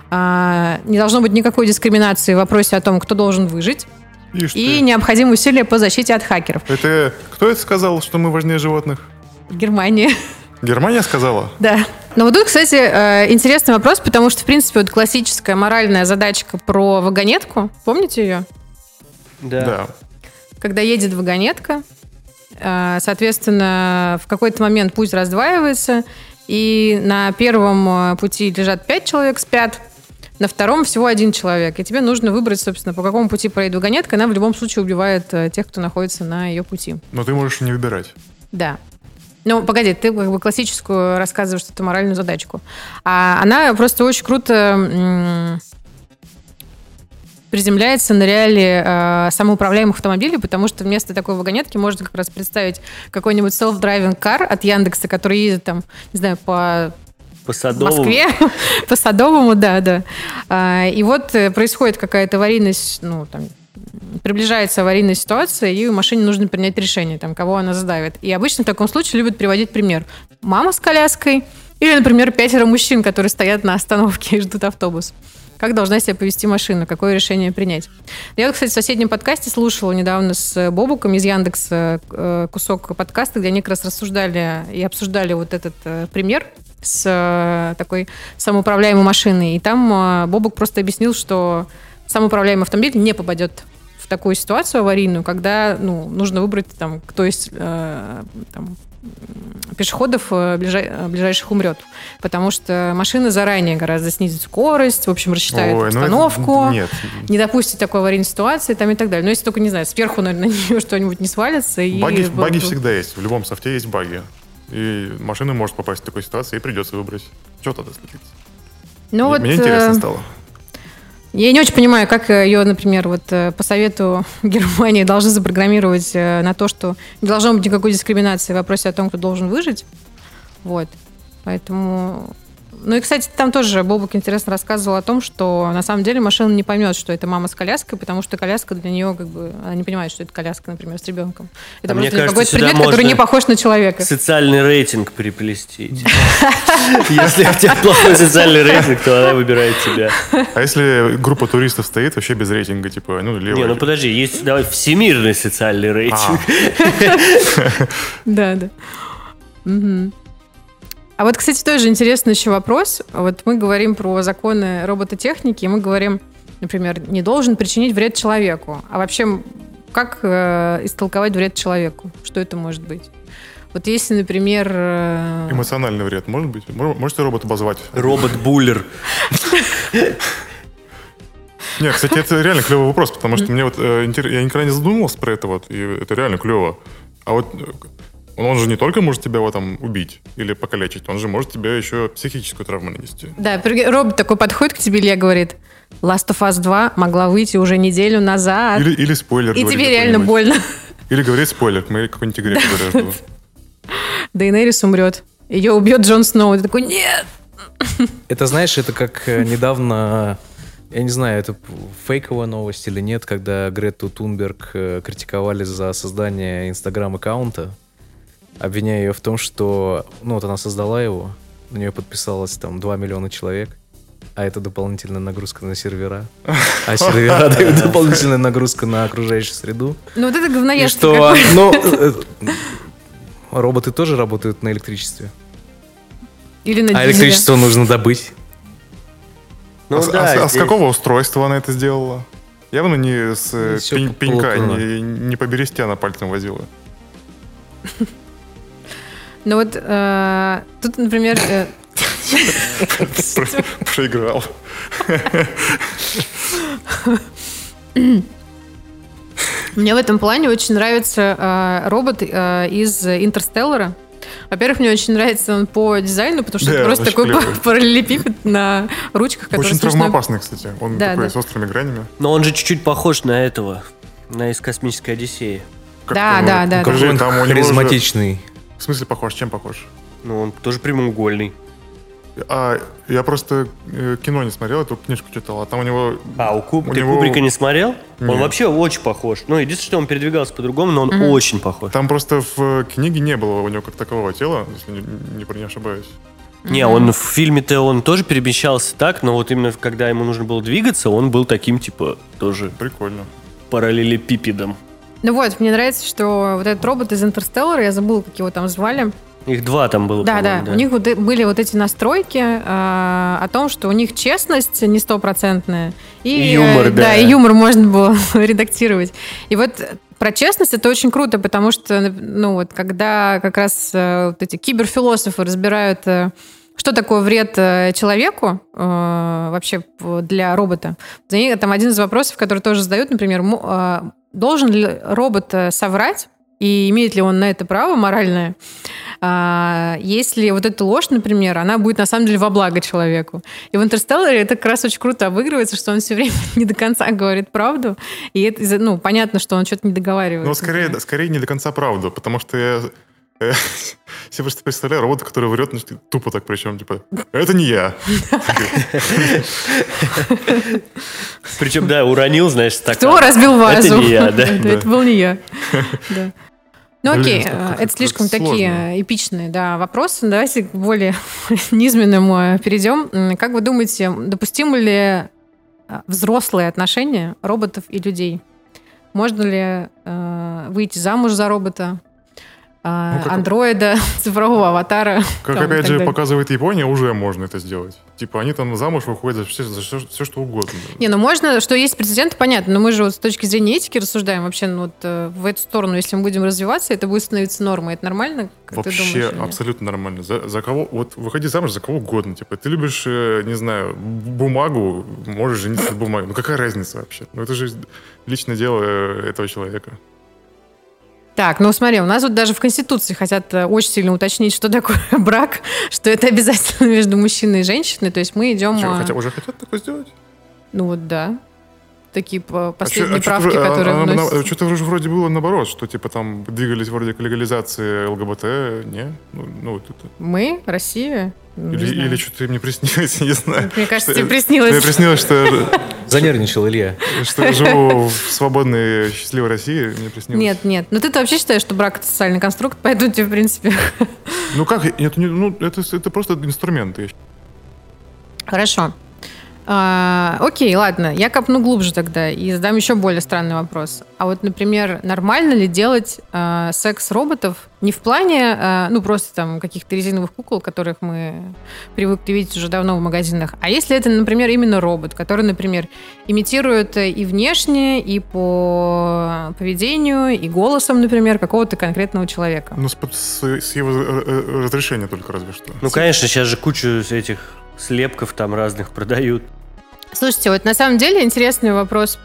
Не должно быть никакой дискриминации в вопросе о том, кто должен выжить. И необходимые усилия по защите от хакеров. Кто это сказал, что мы важнее животных? Германия. Германия сказала? Да. Но вот тут, кстати, интересный вопрос, потому что, в принципе, вот классическая моральная задачка про вагонетку. Помните ее? Да. Когда едет вагонетка, соответственно, в какой-то момент путь раздваивается, и на первом пути лежат 5 человек, спят, на втором всего 1 человек. И тебе нужно выбрать, собственно, по какому пути проедет вагонетка. Она в любом случае убивает тех, кто находится на ее пути. Но ты можешь не выбирать. Да. Ну, погоди, ты как бы классическую рассказываешь эту моральную задачку. А она просто очень круто приземляется на реалии самоуправляемых автомобилей, потому что вместо такой вагонетки можно как раз представить какой-нибудь self-driving car от Яндекса, который едет там, не знаю, по По в Садовому. Москве, по Садовому, да. И вот происходит какая-то аварийность, приближается аварийная ситуация, и машине нужно принять решение, кого она задавит. И обычно в таком случае любят приводить пример. Мама с коляской или, например, 5 мужчин, которые стоят на остановке и ждут автобус. Как должна себя повести машина, какое решение принять. Я вот, кстати, в соседнем подкасте слушала недавно с Бобуком из Яндекса кусок подкаста, где они как раз рассуждали и обсуждали вот этот пример с такой самоуправляемой машиной. И там Бобук просто объяснил, что самоуправляемый автомобиль не попадет в такую ситуацию аварийную, когда нужно выбрать, кто из пешеходов ближайших умрет. Потому что машина заранее гораздо снизит скорость, в общем, рассчитает обстановку, не допустит такой аварийной ситуации и так далее. Но если только, не знаю, сверху, наверное, на нее что-нибудь не свалится. Баги всегда есть. В любом софте есть баги. И машина может попасть в такую ситуацию, и придется выбрать. Что тогда случится? Мне интересно стало. Я не очень понимаю, как ее, например, по совету Германии должны запрограммировать на то, что не должно быть никакой дискриминации в вопросе о том, кто должен выжить. Вот. Поэтому... и, кстати, там тоже Бобук интересно рассказывал о том, что на самом деле машина не поймет, что это мама с коляской, потому что коляска для нее, она не понимает, что это коляска, например, с ребенком. Это просто какой-то предмет, который не похож на человека. Социальный рейтинг приплестить. Если у тебя плохой социальный рейтинг, то она выбирает тебя. А если группа туристов стоит вообще без рейтинга, левая? Не, подожди, есть всемирный социальный рейтинг. Да. А вот, кстати, тоже интересный еще вопрос. Вот мы говорим про законы робототехники, и мы говорим, например, не должен причинить вред человеку. А вообще, как истолковать вред человеку? Что это может быть? Вот если, например... Эмоциональный вред может быть? Можете робот обозвать? Робот-буллер. Нет, кстати, это реально клевый вопрос, потому что мне я никогда не задумывался про это, и это реально клево. А вот... Он же не только может тебя убить или покалечить, он же может тебе еще психическую травму нанести. Да, робот такой подходит к тебе, Илья, говорит, Last of Us 2 могла выйти уже неделю назад. Или спойлер. И тебе реально больно. Или говорит спойлер к моей какой-нибудь игре, которую я жду. Дейенерис умрет. Ее убьет Джон Сноу. Ты такой, нет! Это, знаешь, это как недавно... Я не знаю, это фейковая новость или нет, когда Грету Тунберг критиковали за создание Инстаграм-аккаунта, обвиняя ее в том, что она создала его, на нее подписалось 2 миллиона человек, а это дополнительная нагрузка на сервера. А сервера дают дополнительную нагрузку на окружающую среду. Вот это говноедство. И что, роботы тоже работают на электричестве. Или на дизеле. А электричество нужно добыть. С какого устройства она это сделала? Явно не с пенька, не по берестяна пальцем возила. Тут, например... Проиграл. Мне в этом плане очень нравится робот из «Интерстеллара». Во-первых, мне очень нравится он по дизайну, потому что это просто такой параллелепипед на ручках. Очень травмоопасный, кстати. Он такой с острыми гранями. Но он же чуть-чуть похож на из «Космической Одиссеи». Да. Какой он харизматичный. В смысле похож? Чем похож? Он тоже прямоугольный. Я просто кино не смотрел, эту книжку читал, а там у него... Ты Кубрика не смотрел? Нет. Он вообще очень похож. Единственное, что он передвигался по-другому, но он очень похож. Там просто в книге не было у него как такового тела, если не ошибаюсь. Не, он в фильме-то он тоже перемещался так, но вот именно когда ему нужно было двигаться, он был таким, тоже... Прикольно. Параллелепипедом. Мне нравится, что вот этот робот из «Интерстеллара», я забыла, как его там звали. Их 2 там было, да. У них были вот эти настройки о том, что у них честность не стопроцентная. И юмор, и юмор можно было редактировать. И вот про честность это очень круто, потому что, когда как раз эти киберфилософы разбирают, что такое вред человеку вообще для робота, там один из вопросов, который тоже задают, например, должен ли робот соврать, и имеет ли он на это право моральное, если вот эта ложь, например, она будет на самом деле во благо человеку. И в «Интерстелларе» это как раз очень круто обыгрывается, что он все время не до конца говорит правду, и это, понятно, что он что-то не договаривает. Скорее не до конца правду, потому что Я просто представляю робота, который врет, тупо так причем, типа, это не я. Причем, да, уронил, знаешь, стакан. Кто разбил вазу? Это не я, да. Это был не я. Да. Ну Блин, окей, как это слишком сложно. такие эпичные вопросы. Давайте к более низменному перейдем. Как вы думаете, допустимы ли взрослые отношения роботов и людей? Можно ли выйти замуж за робота, андроида, цифрового аватара? Как там, и опять так же далее? показывает Япония, уже можно это сделать. Типа они там замуж выходят за все, что угодно. Не, ну можно, что есть прецеденты, понятно, но мы же вот с точки зрения этики рассуждаем вообще, ну вот в эту сторону, если мы будем развиваться, это будет становиться нормой. Это нормально, как ты Вообще думаешь? или нет? абсолютно нормально. За кого, вот выходи замуж за кого угодно. Типа ты любишь, не знаю, бумагу, можешь жениться на бумаге. Ну какая разница вообще? Ну это же личное дело этого человека. Так, ну смотри, у нас вот даже в Конституции хотят очень сильно уточнить, что такое брак, что это обязательно между мужчиной и женщиной, то есть мы идем... Уже хотят такое сделать? Ну вот да. Такие последние правки, которые вносятся. Что-то вроде было наоборот, что типа там двигались вроде к легализации ЛГБТ, не? Ну вот это. Мы? Россия? Ну, не знаю. Или что-то мне приснилось, я не знаю. Мне кажется, тебе Мне приснилось. приснилось, что Занервничал Илья. я живу в свободной, счастливой России. Мне приснилось. Нет. Ну ты-то вообще считаешь, что брак — это социальный конструкт, поэтому тебе, в принципе... Ну как? Это просто инструмент. Хорошо. Окей, ладно, я копну глубже тогда и задам еще более странный вопрос. А вот, например, нормально ли делать секс-роботов не в плане, просто там каких-то резиновых кукол, которых мы привыкли видеть уже давно в магазинах, а если это, например, именно робот, который, например, имитирует и внешне, и по поведению, и голосом, например, какого-то конкретного человека? Ну, с его разрешения только разве что. Ну, конечно, сейчас же кучу этих слепков там разных продают. Слушайте, вот на самом деле интересный вопрос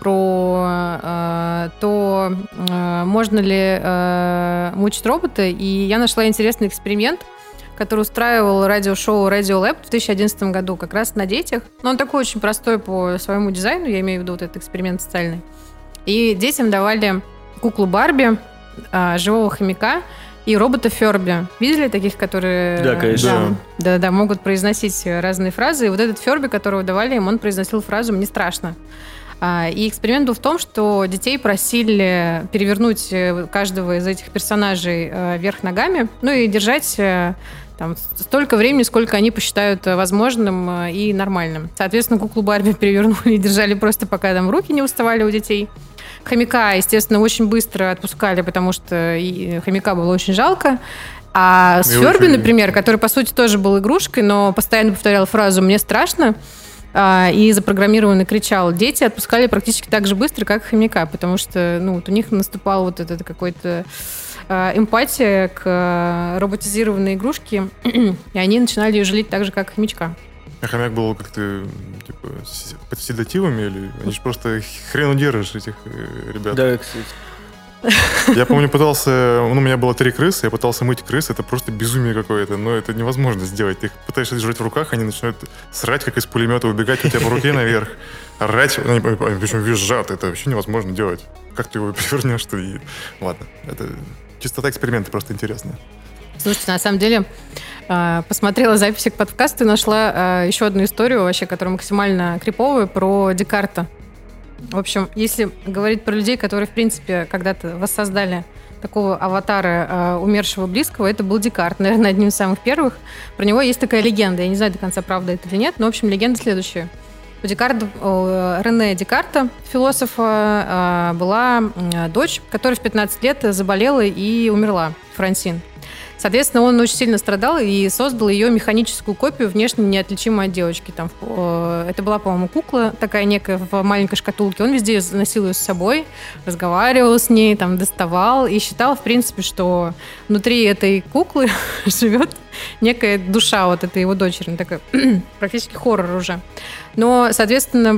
про то, можно ли мучить робота. И я нашла интересный эксперимент, который устраивал радиошоу Radio Lab в 2011 году, как раз на детях. Но он такой очень простой по своему дизайну, я имею в виду вот этот эксперимент социальный. И детям давали куклу Барби, живого хомяка и робота Ферби. Видели таких, которые... Да, конечно. Да, могут произносить разные фразы. И вот этот Ферби, которого давали им, он произносил фразу «мне страшно». И эксперимент был в том, что детей просили перевернуть каждого из этих персонажей вверх ногами, ну и держать там столько времени, сколько они посчитают возможным и нормальным. Соответственно, куклу Барби перевернули и держали просто, пока там руки не уставали у детей. Хомяка, естественно, очень быстро отпускали, потому что хомяка было очень жалко. А с Ферби, например, который, по сути, тоже был игрушкой, но постоянно повторял фразу «мне страшно», и запрограммированно кричал, дети отпускали практически так же быстро, как хомяка, потому что вот у них наступала вот эта какой-то эмпатия к роботизированной игрушке, и они начинали ее жалеть так же, как хомячка. А хомяк был как-то типа под седативами или они же просто хрен удержишь этих ребят? Да, кстати. Я помню, у меня было 3 крысы, я пытался мыть крыс, это просто безумие какое-то, но это невозможно сделать. Ты их пытаешься держать в руках, они начинают срать, как из пулемета, убегать у тебя по руке наверх, орать, причем визжат, это вообще невозможно делать. Как ты его перевернешь-то? Ладно, это чистота эксперимента просто интересная. Слушайте, на самом деле, посмотрела записи к подкасту и нашла еще одну историю, вообще, которая максимально криповая, про Декарта. В общем, если говорить про людей, которые, в принципе, когда-то воссоздали такого аватара умершего близкого, это был Декарт, наверное, одним из самых первых. Про него есть такая легенда. Я не знаю до конца, правда это или нет, но, в общем, легенда следующая. У Рене Декарта, философа, была дочь, которая в 15 лет заболела и умерла, Франсин. Соответственно, он очень сильно страдал и создал ее механическую копию, внешне неотличимой от девочки. Это была, по-моему, кукла такая некая в маленькой шкатулке. Он везде носил ее с собой, разговаривал с ней, доставал и считал, в принципе, что внутри этой куклы живет некая душа вот этой его дочери. Такая практически хоррор уже. Но, соответственно,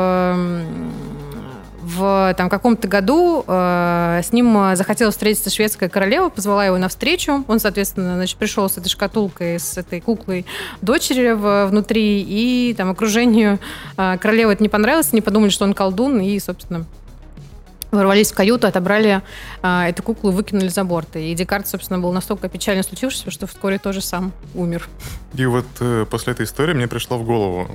в каком-то году с ним захотела встретиться шведская королева, позвала его навстречу. Он, соответственно, пришел с этой шкатулкой, с этой куклой дочери внутри, и окружению королевы это не понравилось, не подумали, что он колдун, и, собственно, ворвались в каюту, отобрали эту куклу и выкинули за борт. И Декарт, собственно, был настолько печально случившийся, что вскоре тоже сам умер. И вот после этой истории мне пришла в голову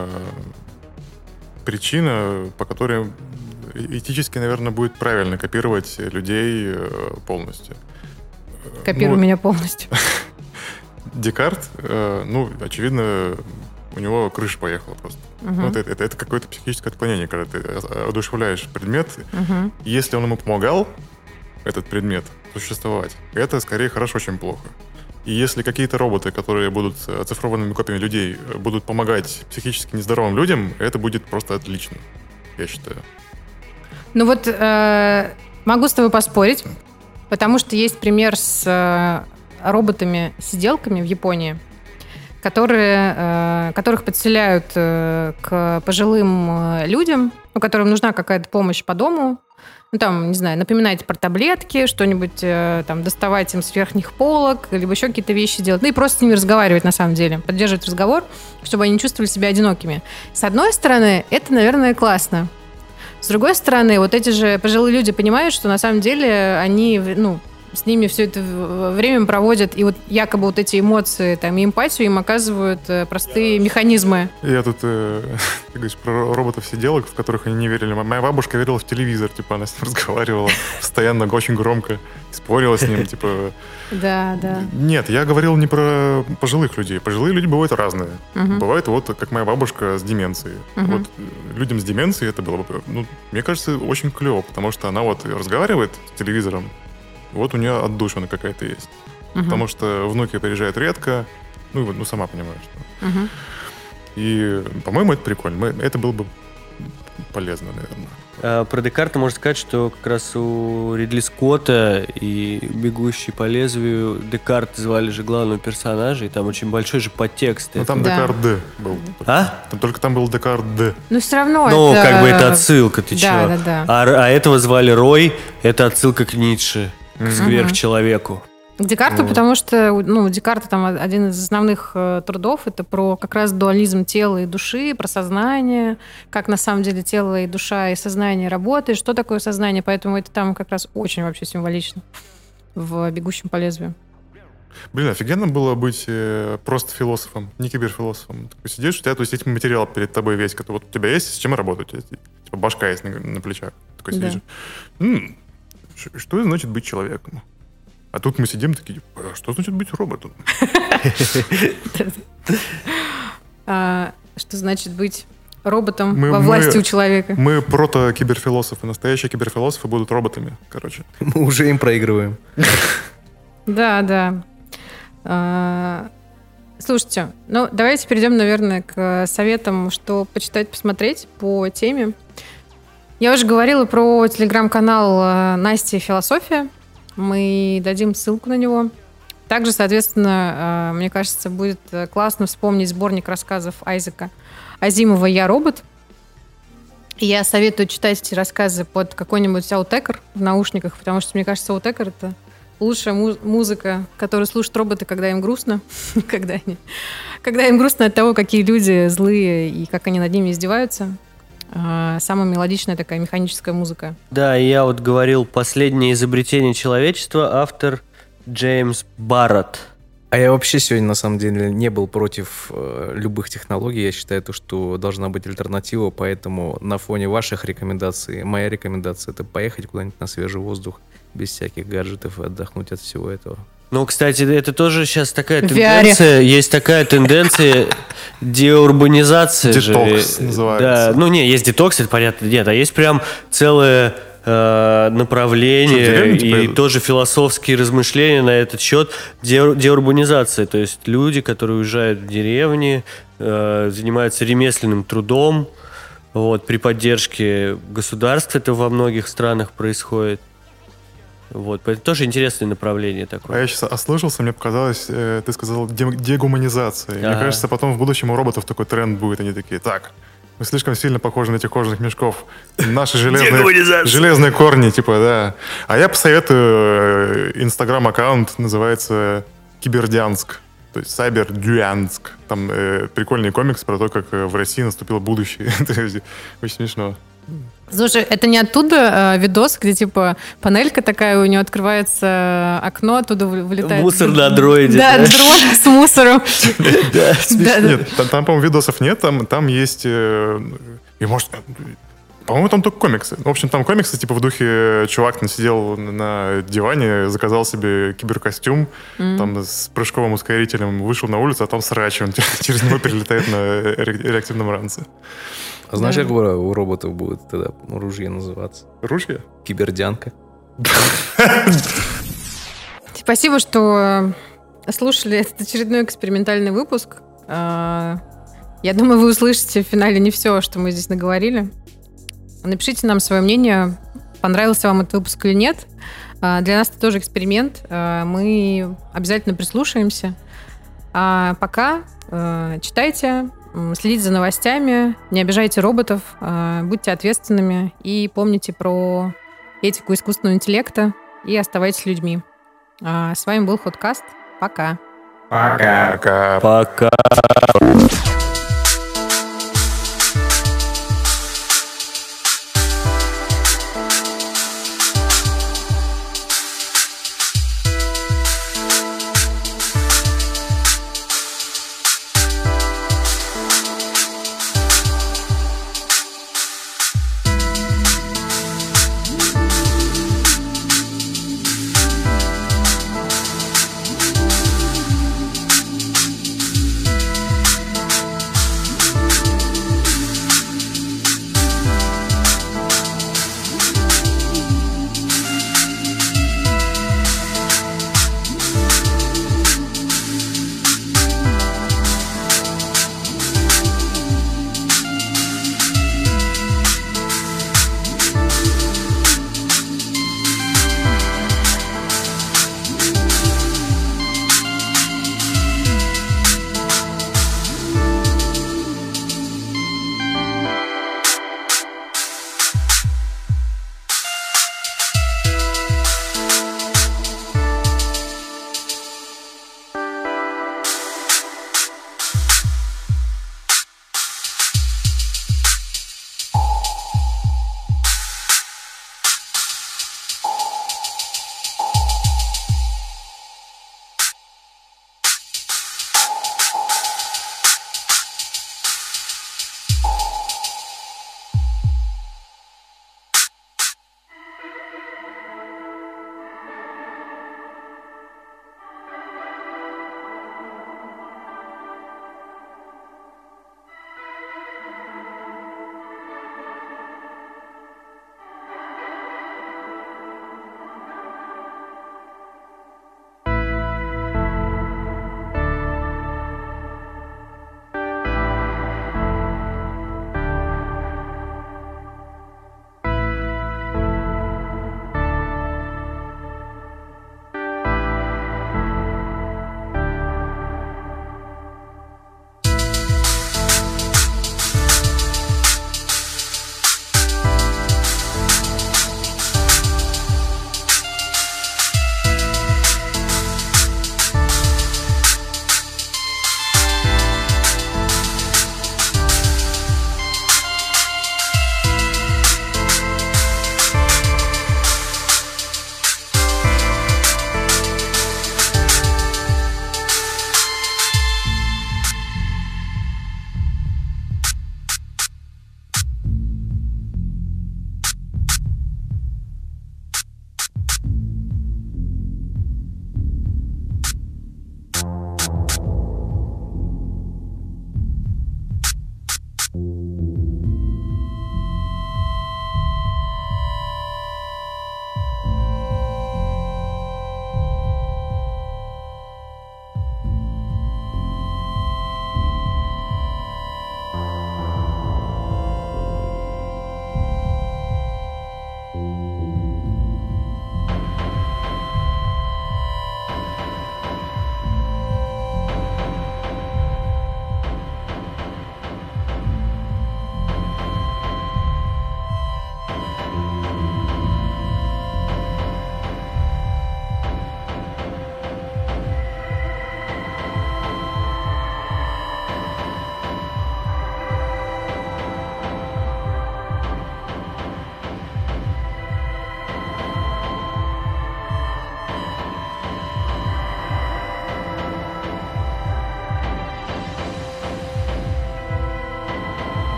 причина, по которой этически, наверное, будет правильно копировать людей полностью. Копируй меня полностью. Декарт, очевидно, у него крыша поехала просто. Это какое-то психическое отклонение, когда ты одушевляешь предмет. Если он ему помогал, этот предмет, существовать, это скорее хорошо, чем плохо. И если какие-то роботы, которые будут оцифрованными копиями людей, будут помогать психически нездоровым людям, это будет просто отлично, я считаю. Ну вот могу с тобой поспорить, потому что есть пример с роботами-сиделками в Японии, которых подселяют к пожилым людям, которым нужна какая-то помощь по дому. Ну, там, не знаю, напоминать про таблетки, что-нибудь там доставать им с верхних полок, либо еще какие-то вещи делать. Ну и просто с ними разговаривать, на самом деле. Поддерживать разговор, чтобы они не чувствовали себя одинокими. С одной стороны, это, наверное, классно. С другой стороны, вот эти же пожилые люди понимают, что на самом деле они, с ними все это время проводят, и вот якобы вот эти эмоции там, и эмпатию им оказывают простые механизмы. Я тут, ты говоришь про роботов-сиделок, в которых они не верили. Моя бабушка верила в телевизор, типа, она с ним разговаривала постоянно, очень громко, спорила с ним, типа... Да. Нет, я говорил не про пожилых людей. Пожилые люди бывают разные. Бывает вот, как моя бабушка с деменцией. Вот людям с деменцией это было бы, мне кажется, очень клево, потому что она вот разговаривает с телевизором, вот у нее отдушина какая-то есть. Потому что внуки приезжают редко, сама понимаешь. Что. И, по-моему, это прикольно. Это было бы полезно, наверное. Про Декарта можно сказать, что как раз у Ридли Скотта и «Бегущий по лезвию» Декарт звали же главного персонажа, и там очень большой же подтекст. Там Декарт Д был. Только там был Декарт Д. Но все равно это... как бы это отсылка, ты чё? Да. А этого звали Рой, это отсылка к Ницше, к сверхчеловеку. К Декарту, потому что у Декарта там один из основных трудов это про как раз дуализм тела и души, про сознание, как на самом деле тело и душа и сознание работают, что такое сознание, поэтому это там как раз очень вообще символично в «Бегущем по лезвию». Блин, офигенно было быть просто философом, не киберфилософом. Ты сидишь, у тебя, то есть, этим материал перед тобой весь, который вот у тебя есть, с чем работать. Типа башка есть на плечах. Такой сидишь. Что значит быть человеком? А тут мы сидим такие, а что значит быть роботом? Что значит быть роботом во власти у человека? Мы прото-киберфилософы. Настоящие киберфилософы будут роботами, короче. Мы уже им проигрываем. Да. Слушайте, давайте перейдем, наверное, к советам, что почитать, посмотреть по теме. Я уже говорила про телеграм-канал Насти «Философия». Мы дадим ссылку на него. Также, соответственно, мне кажется, будет классно вспомнить сборник рассказов Айзека Азимова «Я робот». Я советую читать эти рассказы под какой-нибудь аутекер в наушниках, потому что, мне кажется, аутекер — это лучшая музыка, которую слушают роботы, когда им грустно. Когда им грустно от того, какие люди злые и как они над ними издеваются. Самая мелодичная такая механическая музыка. Да, я вот говорил «Последнее изобретение человечества», автор Джеймс Барретт. А я вообще сегодня, на самом деле, не был против любых технологий. Я считаю, что должна быть альтернатива, поэтому на фоне ваших рекомендаций, моя рекомендация — это поехать куда-нибудь на свежий воздух, без всяких гаджетов, и отдохнуть от всего этого. Кстати, это тоже сейчас такая тенденция. Есть такая тенденция деурбанизации. Детокс называется. Да, есть детокс, это понятно. Нет, а есть прям целое направление и тоже философские размышления на этот счет. Деурбанизация. То есть люди, которые уезжают в деревни, занимаются ремесленным трудом. При поддержке государства это во многих странах происходит. Это тоже интересное направление такое. А я сейчас ослышался, мне показалось, ты сказал дегуманизация. Мне кажется, потом в будущем у роботов такой тренд будет. Они такие, так, мы слишком сильно похожи на этих кожаных мешков. Наши железные корни, да. А я посоветую инстаграм-аккаунт, называется Кибердянск. То есть Сайбердянск. Там прикольный комикс про то, как в России наступило будущее. Очень смешно. Слушай, это не оттуда видос, где типа панелька такая, у нее открывается окно, оттуда вылетает... Мусор на дроиде. Да, дрон с мусором. Да, да. Нет, там, по-моему, видосов нет, там есть... И может... По-моему, там только комиксы. В общем, там комиксы, типа в духе чувак сидел на диване, заказал себе киберкостюм, там с прыжковым ускорителем вышел на улицу, а там срач, он через него перелетает на реактивном ранце. А знаешь, как у роботов будет тогда ружье называться? Ружье? Кибердянка. Спасибо, что слушали этот очередной экспериментальный выпуск. Я думаю, вы услышите в финале не все, что мы здесь наговорили. Напишите нам свое мнение, понравился вам этот выпуск или нет. Для нас это тоже эксперимент. Мы обязательно прислушаемся. А пока читайте, следите за новостями, не обижайте роботов, будьте ответственными и помните про этику искусственного интеллекта и оставайтесь людьми. С вами был Ходкаст. Пока. Пока. Пока.